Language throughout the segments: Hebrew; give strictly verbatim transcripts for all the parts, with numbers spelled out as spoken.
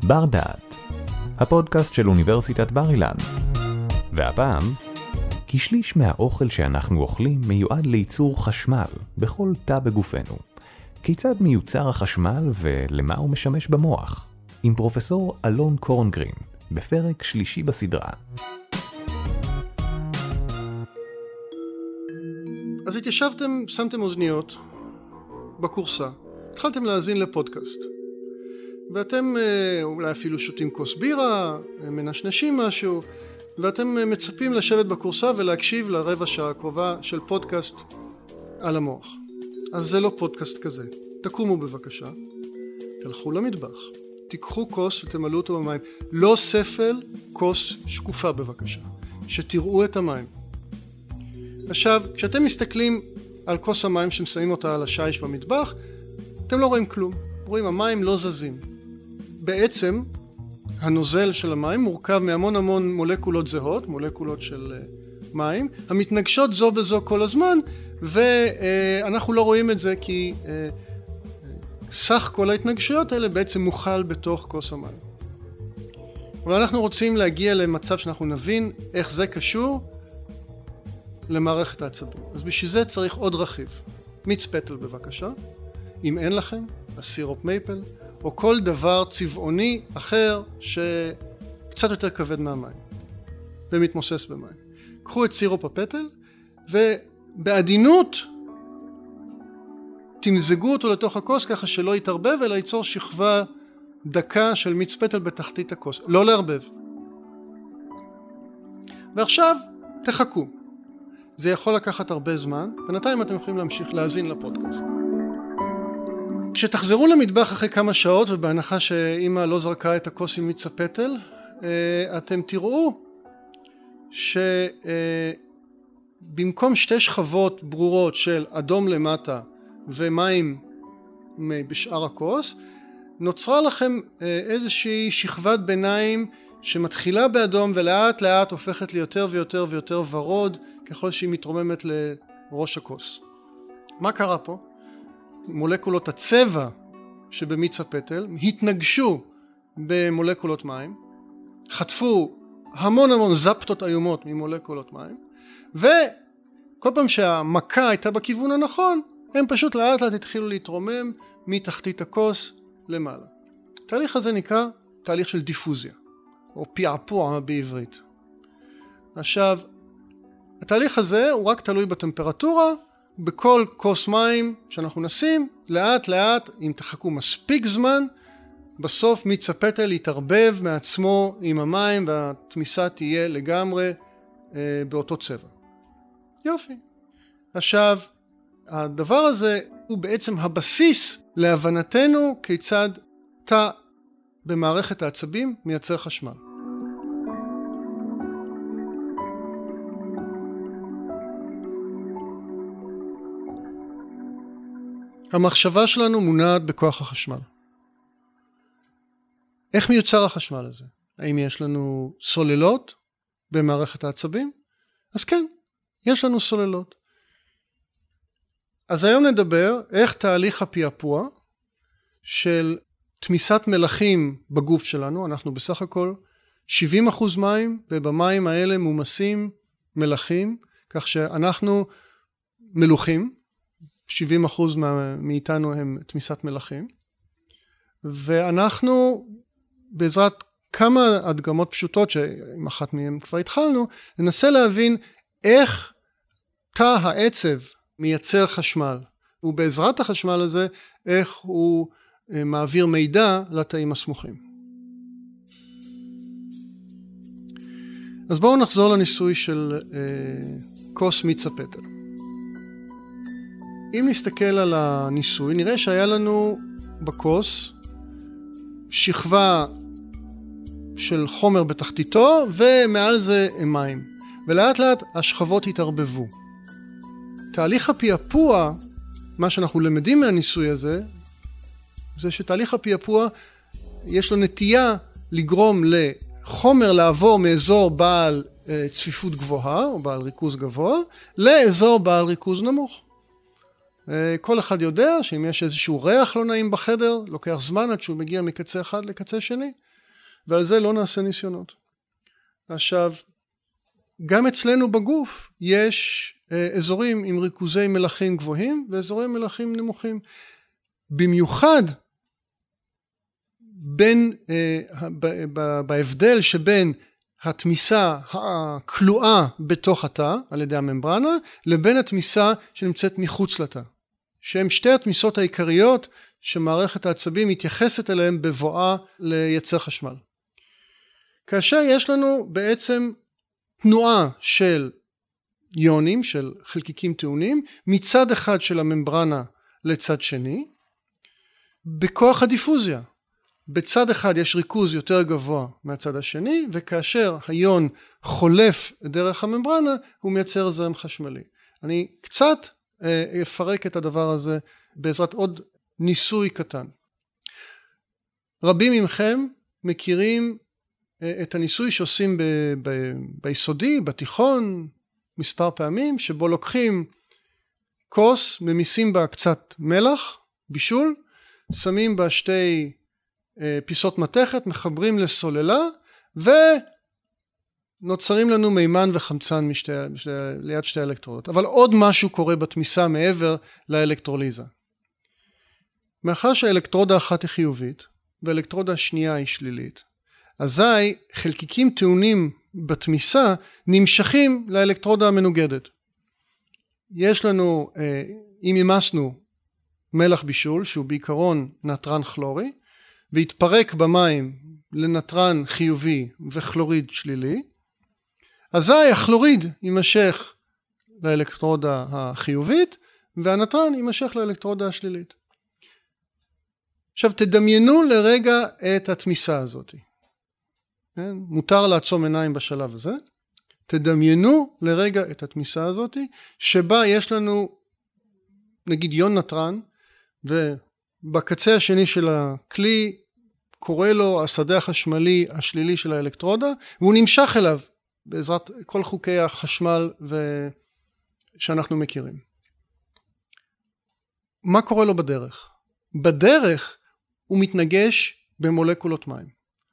בר דעת, הפודקאסט של אוניברסיטת בר אילן. והפעם, כשליש מהאוכל שאנחנו אוכלים מיועד לייצור חשמל בכל תא בגופנו. כיצד מיוצר החשמל ולמה הוא משמש במוח? עם פרופסור אלון קורנגרין, בפרק שלישי בסדרה. אז התיישבתם, שמתם אוזניות בקורסה, התחלתם להאזין לפודקאסט, ואתם אולי אפילו שותים כוס בירה, מנשנשים משהו, ואתם מצפים לשבת בקורסה ולהקשיב לרבע שעה הקרובה של פודקאסט על המוח. אז זה לא פודקאסט כזה. תקומו בבקשה, תלכו למטבח, תיקחו כוס ותמלאו אותו במים. לא ספל, כוס שקופה בבקשה, שתראו את המים. עכשיו, כשאתם מסתכלים על כוס המים שמסיימים אותה על השיש במטבח, אתם לא רואים כלום. רואים, המים לא זזים. בעצם, הנוזל של המים מורכב מהמון המון מולקולות זהות, מולקולות של uh, מים, המתנגשות זו בזו כל הזמן, ואנחנו uh, לא רואים את זה כי uh, uh, סך כל ההתנגשויות האלה בעצם מוכל בתוך כוס המים. אבל אנחנו רוצים להגיע למצב שאנחנו נבין איך זה קשור למערכת העצבים. אז בשביל זה צריך עוד רכיב. מיץ פטל בבקשה. אם אין לכם, אז סירופ מייפל, או כל דבר צבעוני אחר שקצת יותר כבד מהמים ומתמוסס במים. קחו את סירופ הפטל ובעדינות תמזגו אותו לתוך הכוס ככה שלא יתערבב, אלא ייצור שכבה דקה של מיץ פטל בתחתית הכוס. לא לערבב. ועכשיו תחכו. זה יכול לקחת הרבה זמן, בינתיים אתם יכולים להמשיך להאזין לפודקאסט. כשתחזרו למטבח אחרי כמה שעות, ובהנחה שאמא לא זרקה את הכוס עם מיץ הפטל, אתם תראו שבמקום שתי שכבות ברורות של אדום למטה ומים בשאר הכוס, נוצרה לכם איזושהי שכבת ביניים שמתחילה באדום ולאט לאט הופכת ליותר ויותר ויותר ורוד ככל שהיא מתרוממת לראש הכוס. מה קרה פה? מולקולות הצבע שבמיץ הפטל התנגשו במולקולות מים, חטפו המון המון זפטות איומות ממולקולות מים, וכל פעם שהמכה הייתה בכיוון הנכון, הם פשוט לאט לאט התחילו להתרומם מתחתית הכוס למעלה. התהליך הזה נקרא תהליך של דיפוזיה, או פעפוע בעברית. עכשיו, התהליך הזה הוא רק תלוי בטמפרטורה. בכל כוס מים שאנחנו נשים, לאט לאט, אם תחכו מספיק זמן, בסוף מיץ הפטל יתערבב מעצמו עם המים, והתמיסה תהיה לגמרי אה, באותו צבע. יופי. עכשיו, הדבר הזה הוא בעצם הבסיס להבנתנו כיצד תא במערכת העצבים מייצר חשמל. המחשבה שלנו מונעת בכוח החשמל. איך מיוצר החשמל הזה? האם יש לנו סוללות במערכת העצבים? אז כן, יש לנו סוללות. אז היום נדבר איך תהליך הפעפוע של תמיסת מלחים בגוף שלנו, אנחנו בסך הכל שבעים אחוז מים, ובמים האלה מומסים מלחים, כך שאנחנו מלוחים, שבעים אחוז מאיתנו הם תמיסת מלחים, ואנחנו בעזרת כמה הדגמות פשוטות שעם אחת מהן כבר התחלנו, ננסה להבין איך תא העצב מייצר חשמל, ובעזרת החשמל הזה איך הוא מעביר מידע לתאים הסמוכים. אז בואו נחזור לניסוי של אה, כוס מיץ הפטל. אם נסתכל על הניסוי, נראה שהיה לנו בכוס שכבה של חומר בתחתיתו, ומעל זה מים. ולאט לאט השכבות התערבבו. תהליך הפעפוע, מה שאנחנו למדים מהניסוי הזה, זה שתהליך הפעפוע יש לו נטייה לגרום לחומר לעבור מאזור בעל צפיפות גבוהה, או בעל ריכוז גבוה, לאזור בעל ריכוז נמוך. כל אחד יודע שאם יש איזשהו ריח לא נעים בחדר, לוקח זמן עד שהוא מגיע מקצה אחד לקצה שני. ועל זה לא נעשה ניסיונות. עכשיו, גם אצלנו בגוף יש אה, אזורים עם ריכוזי מלחים גבוהים ואזורים מלחים נמוכים. במיוחד בין, אה, ב, ב, בהבדל שבין התמיסה הכלואה בתוך התא על ידי הממברנה לבין התמיסה שנמצאת מחוץ לתא. שהן שתי התמיסות העיקריות שמערכת העצבים מתייחסת אליהן בבואה לייצר חשמל. כאשר יש לנו בעצם תנועה של יונים, של חלקיקים טעונים, מצד אחד של הממברנה לצד שני, בכוח הדיפוזיה. בצד אחד יש ריכוז יותר גבוה מהצד השני, וכאשר היון חולף דרך הממברנה, הוא מייצר זרם חשמלי. אני קצת אפרק את הדבר הזה בעזרת עוד ניסוי קטן. רבים מכם מכירים את הניסוי שעושים ב- ב- ביסודי, בתיכון, מספר פעמים, שבו לוקחים כוס, ממיסים בה קצת מלח, בישול, שמים בה שתי פיסות מתכת, מחברים לסוללה, ונוצרים לנו מימן וחמצן משתי, משתי, ליד שתי אלקטרודות. אבל עוד משהו קורה בתמיסה מעבר לאלקטרוליזה. מאחר שהאלקטרודה אחת היא חיובית, והאלקטרודה השנייה היא שלילית, אזי חלקיקים טעונים בתמיסה נמשכים לאלקטרודה המנוגדת. יש לנו, אם ימסנו מלח בישול, שהוא בעיקרון נטרן כלורי, והתפרק במים לנטרן חיובי וכלוריד שלילי, אזי הכלוריד יימשך לאלקטרודה החיובית, והנטרן יימשך לאלקטרודה השלילית. עכשיו תדמיינו לרגע את התמיסה הזאת. כן? מותר לעצום עיניים בשלב הזה. תדמיינו לרגע את התמיסה הזאת, שבה יש לנו נגיד יון נטרן, ובקצה השני של הכלי קורא לו השדה החשמלי השלילי של האלקטרודה, והוא נמשך אליו בעזרת כל חוקי החשמל ו... שאנחנו מכירים. מה קורה לו בדרך? בדרך הוא מתנגש במולקולות מים,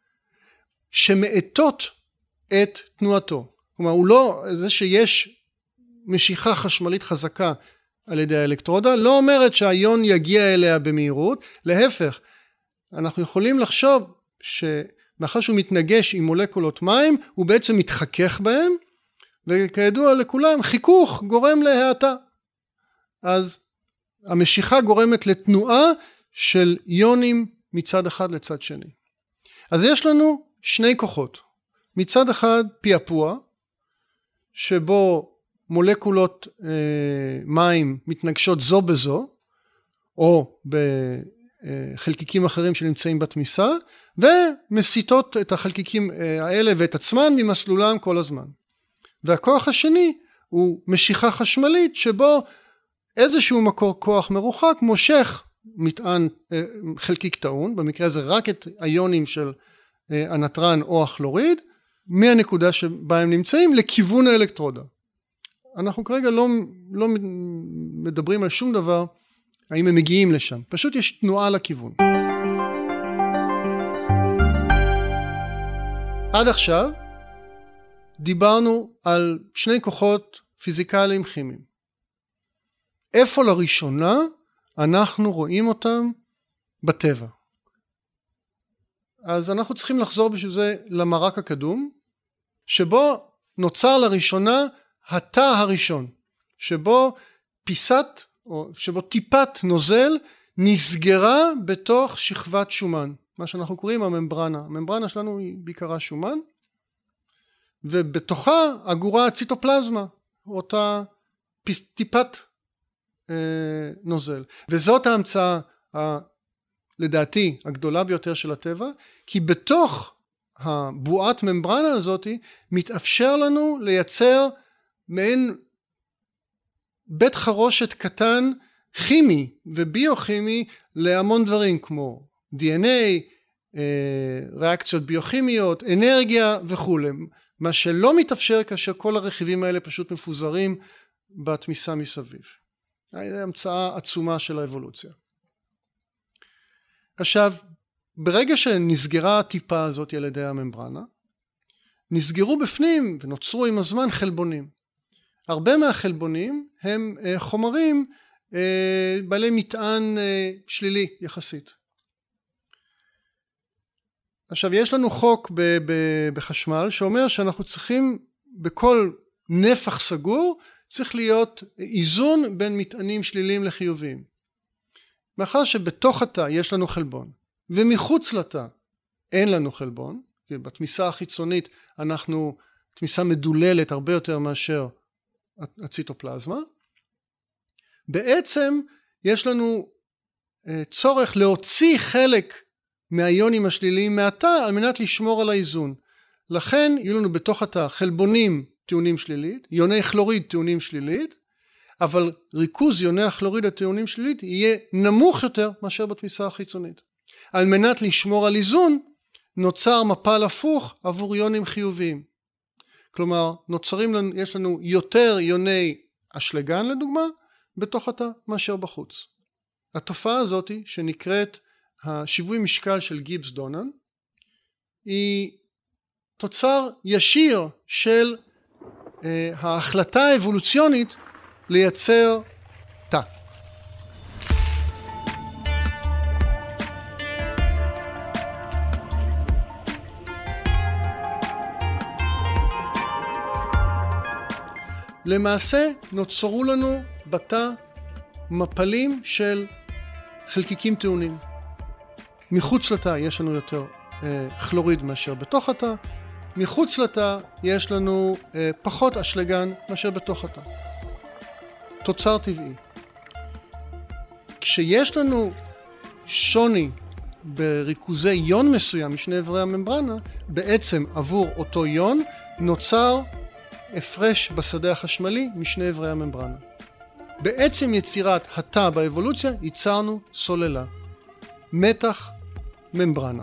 שמאטות את תנועתו. כלומר, הוא לא, זה שיש משיכה חשמלית חזקה על ידי האלקטרודה, לא אומרת שהיון יגיע אליה במהירות, להפך, אנחנו יכולים לחשוב שמאחר שהוא מתנגש עם מולקולות מים, הוא בעצם מתחכך בהם, וכידוע לכולם, חיכוך גורם להאטה. אז המשיכה גורמת לתנועה של יונים מצד אחד לצד שני. אז יש לנו שני כוחות. מצד אחד פעפוע, שבו מולקולות אה, מים מתנגשות זו בזו, או בחלקיקים אחרים שנמצאים בתמיסה, ומסיטות את החלקיקים האלה ואת עצמן ממסלולם כל הזמן. והכוח השני הוא משיכה חשמלית, שבו איזשהו מקור כוח מרוחק מושך מטען חלקיק טעון, במקרה הזה רק את היונים של הנטרן או הכלוריד, מהנקודה שבה הם נמצאים לכיוון האלקטרודה. אנחנו כרגע לא, לא מדברים על שום דבר, האם הם מגיעים לשם. פשוט יש תנועה לכיוון. עד עכשיו דיברנו על שני כוחות פיזיקליים כימיים. איפה לראשונה אנחנו רואים אותם בטבע? אז אנחנו צריכים לחזור בשביל זה למרק הקדום, שבו נוצר לראשונה התא הראשון, שבו פיסת, או שבו טיפת נוזל נסגרה בתוך שכבת שומן, מה שאנחנו קוראים הממברנה. הממברנה שלנו היא בעיקרה שומן, ובתוכה אגורה הציטופלזמה, אותה טיפת אה, נוזל. וזאת ההמצאה, ה, לדעתי, הגדולה ביותר של הטבע, כי בתוך הבועת ממברנה הזאת מתאפשר לנו לייצר מעין בית חרושת קטן כימי וביוכימי להמון דברים כמו די אן איי, ריאקציות ביוכימיות, אנרגיה וכו'. מה שלא מתאפשר כאשר כל הרכיבים האלה פשוט מפוזרים בתמיסה מסביב. זו המצאה עצומה של האבולוציה. עכשיו, ברגע שנסגרה הטיפה הזאת על ידי הממברנה, נסגרו בפנים ונוצרו עם הזמן חלבונים. הרבה מהחלבונים הם חומרים בעלי מטען שלילי יחסית. עכשיו יש לנו חוק בחשמל שאומר שאנחנו צריכים בכל נפח סגור צריך להיות איזון בין מטענים שליליים לחיוביים. מאחר שבתוך התא יש לנו חלבון ומחוץ לתא אין לנו חלבון, כי בתמיסה החיצונית אנחנו תמיסה מדוללת הרבה יותר מאשר הציטופלזמה, בעצם יש לנו צורך להוציא חלק מהאיונים השליליים מהתא על מנת לשמור על האיזון. לכן יהיו לנו בתוך התא חלבונים טעונים שלילית, איוני כלוריד טעונים שלילית, אבל ריכוז איוני הכלוריד הטעונים שלילית יהיה נמוך יותר מאשר בתמיסה החיצונית. על מנת לשמור על איזון נוצר מפל הפוך עבור איונים חיוביים. כלומר נוצרים לנו, יש לנו יותר איוני אשלגן לדוגמה בתוך התא מאשר בחוץ. התופעה הזאת שנקראת השיווי משקל של גיבס דונן היא תוצר ישיר של אה, ההחלטה האבולוציונית לייצר תא. למעשה נוצרו לנו בתא מפלים של חלקיקים טעונים. מחוץ לתא יש לנו יותר אה, כלוריד מאשר בתוך התא, מחוץ לתא יש לנו אה, פחות אשלגן מאשר בתוך התא. תוצר טבעי. כשיש לנו שוני בריכוזי יון מסוים משני עברי הממברנה, בעצם עבור אותו יון נוצר הפרש בשדה החשמלי משני עברי הממברנה. בעצם יצירת התא באבולוציה ייצרנו סוללה, מתח ממברנה.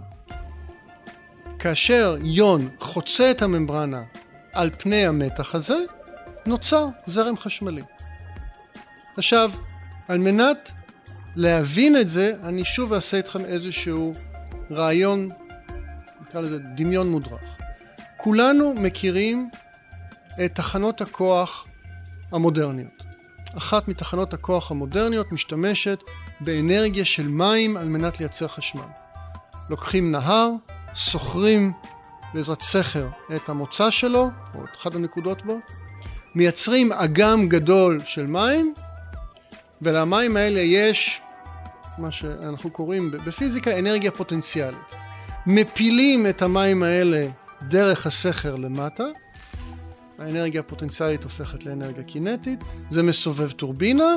כאשר יון חוצה את הממברנה על פני המתח הזה, נוצר זרם חשמלי. עכשיו, על מנת להבין את זה, אני שוב אעשה איתכם איזשהו רעיון, נקרא לזה דמיון מודרך. כולנו מכירים את תחנות הכוח המודרניות. אחת מתחנות הכוח המודרניות משתמשת באנרגיה של מים על מנת לייצר חשמל. לוקחים נהר, סוחרים בעזרת סכר את המוצא שלו, או את אחת הנקודות בו, מייצרים אגם גדול של מים, ולמים האלה יש מה שאנחנו קוראים בפיזיקה אנרגיה פוטנציאלית. מפילים את המים האלה דרך הסכר למטה, האנרגיה הפוטנציאלית הופכת לאנרגיה קינטית, זה מסובב טורבינה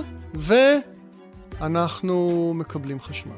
ואנחנו מקבלים חשמל.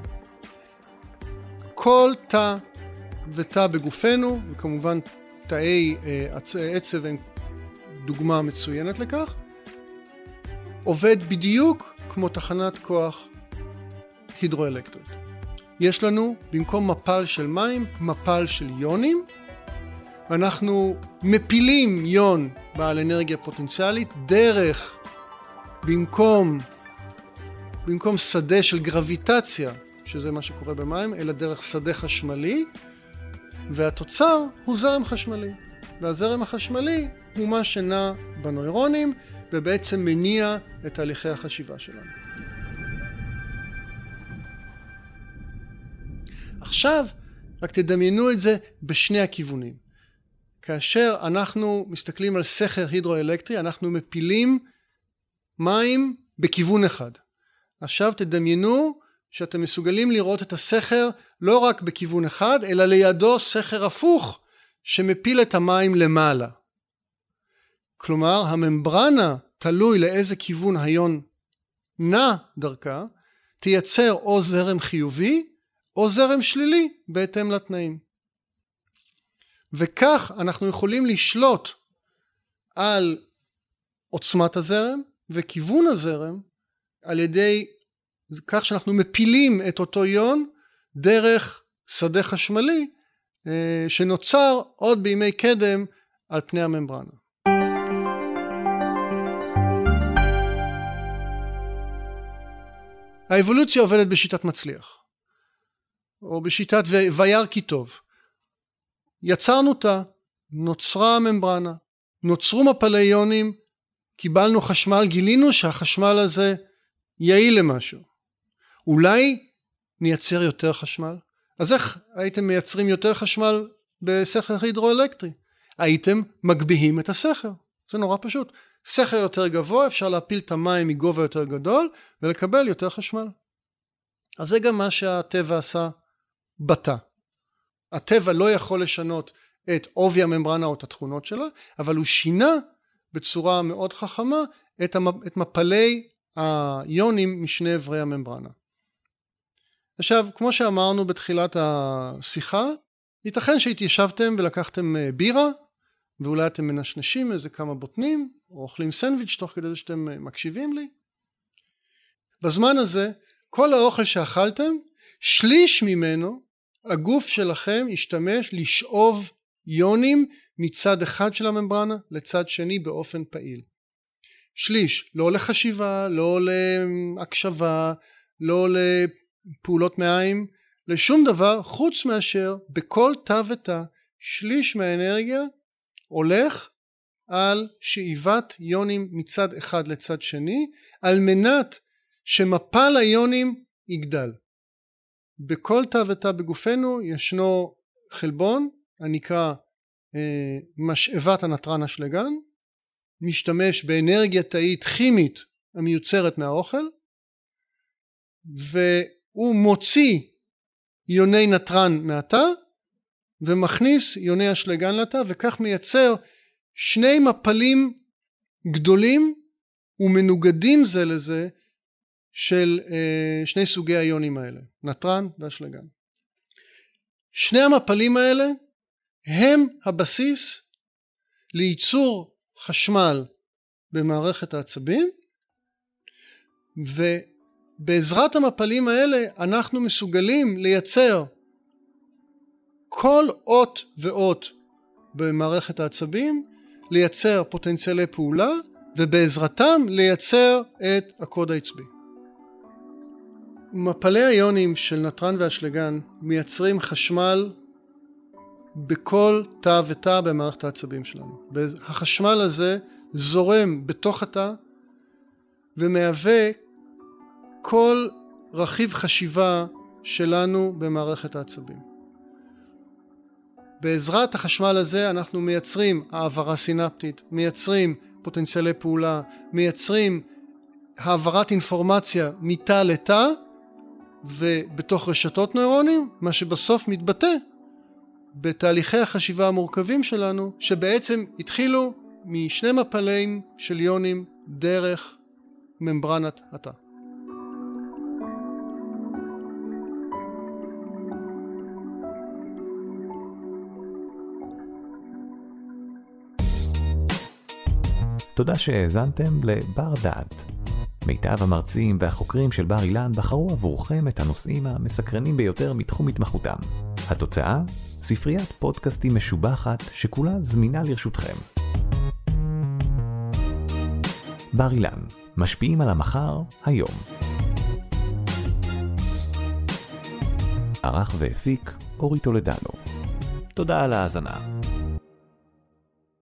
כל תא ותא בגופנו, וכמובן תאי עצב הם דוגמה מצוינת לכך, עובד בדיוק כמו תחנת כוח הידרואלקטרית. יש לנו במקום מפל של מים, מפל של יונים, ואנחנו מפילים יון בעל אנרגיה פוטנציאלית דרך, במקום, במקום שדה של גרביטציה, שזה מה שקורה במים, אלא דרך שדה חשמלי, והתוצר הוא זרם חשמלי. והזרם החשמלי הוא מה שנע בנוירונים, ובעצם מניע את תהליכי החשיבה שלנו. עכשיו, רק תדמיינו את זה בשני הכיוונים. כאשר אנחנו מסתכלים על סכר הידרואלקטרי, אנחנו מפילים מים בכיוון אחד. עכשיו תדמיינו שאתם מסוגלים לראות את הסכר לא רק בכיוון אחד, אלא לידו סכר הפוך שמפיל את המים למעלה. כלומר, הממברנה, תלוי לאיזה כיוון היון נע דרכה, תייצר או זרם חיובי או זרם שלילי בהתאם לתנאים. וכך אנחנו יכולים לשלוט על עוצמת הזרם וכיוון הזרם על ידי כך שאנחנו מפילים את אותו יון דרך שדה חשמלי שנוצר עוד בימי קדם על פני הממברנה. האבולוציה עובדת בשיטת מצליח. או בשיטת וירא כי טוב. יצרנו אותה, נוצרה הממברנה, נוצרו מפלי איונים, קיבלנו חשמל, גילינו שהחשמל הזה יעיל למשהו. אולי נייצר יותר חשמל? אז איך הייתם מייצרים יותר חשמל בסכר הידרואלקטרי? הייתם מגביהים את הסכר. זה נורא פשוט. סכר יותר גבוה, אפשר להפיל את המים מגובה יותר גדול, ולקבל יותר חשמל. אז זה גם מה שהטבע עשה בתא. הטבע לא יכול לשנות את עובי הממברנה או את התכונות שלה, אבל הוא שינה בצורה מאוד חכמה את, המפ... את מפלי האיונים משני עברי הממברנה. עכשיו, כמו שאמרנו בתחילת השיחה, ייתכן שהתיישבתם ולקחתם בירה, ואולי אתם מנשנשים איזה כמה בוטנים, או אוכלים סנדוויץ' תוך כדי שאתם מקשיבים לי. בזמן הזה, כל האוכל שאכלתם, שליש ממנו, הגוף שלכם ישתמש לשאוב איונים מצד אחד של הממברנה לצד שני באופן פעיל. שליש, לא לחשיבה, לא להקשבה, לא לפעולות מעיים, לשום דבר חוץ מאשר בכל תא ותא שליש מהאנרגיה הולך על שאיבת איונים מצד אחד לצד שני, על מנת שמפל האיונים יגדל. בכל תא ותא בגופנו ישנו חלבון הנקרא אה, משאבת הנתרן אשלגן, משתמש באנרגיה תאית כימית המיוצרת מהאוכל, והוא מוציא איוני נתרן מהתא ומכניס איוני אשלגן לתא, וכך מייצר שני מפלים גדולים ומנוגדים זה לזה של אה, שני סוגי האיונים האלה, נתרן ואשלגן. שני המפלים האלה הם הבסיס לייצור חשמל במערכת העצבים, ובעזרת המפלים האלה אנחנו מסוגלים לייצר כל אות ואות במערכת העצבים, לייצר פוטנציאלי פעולה, ובעזרתם לייצר את הקוד העצבי. מפלי האיונים של נתרן ואשלגן מייצרים חשמל בכל תא ותא במערכת העצבים שלנו. החשמל הזה זורם בתוך התא ומהווה כל רכיב חשיבה שלנו במערכת העצבים. בעזרת החשמל הזה אנחנו מייצרים העברה סינפטית, מייצרים פוטנציאלי פעולה, מייצרים העברת אינפורמציה מתא לתא ובתוך רשתות נוירונים, מה שבסוף מתבטא בתהליכי החשיבה המורכבים שלנו, שבעצם התחילו משני מפלים של איונים דרך ממברנת התא. תודה שהאזנתם לבר דעת. מיטב המרצים והחוקרים של בר אילן בחרו עבורכם את הנושאים המסקרנים ביותר מתחום התמחותם. התוצאה? ספריית פודקאסטים משובחת שכולה זמינה לרשותכם. בר אילן, משפיעים על המחר היום. ערך והפיק אורי טולדנו. תודה על ההאזנה.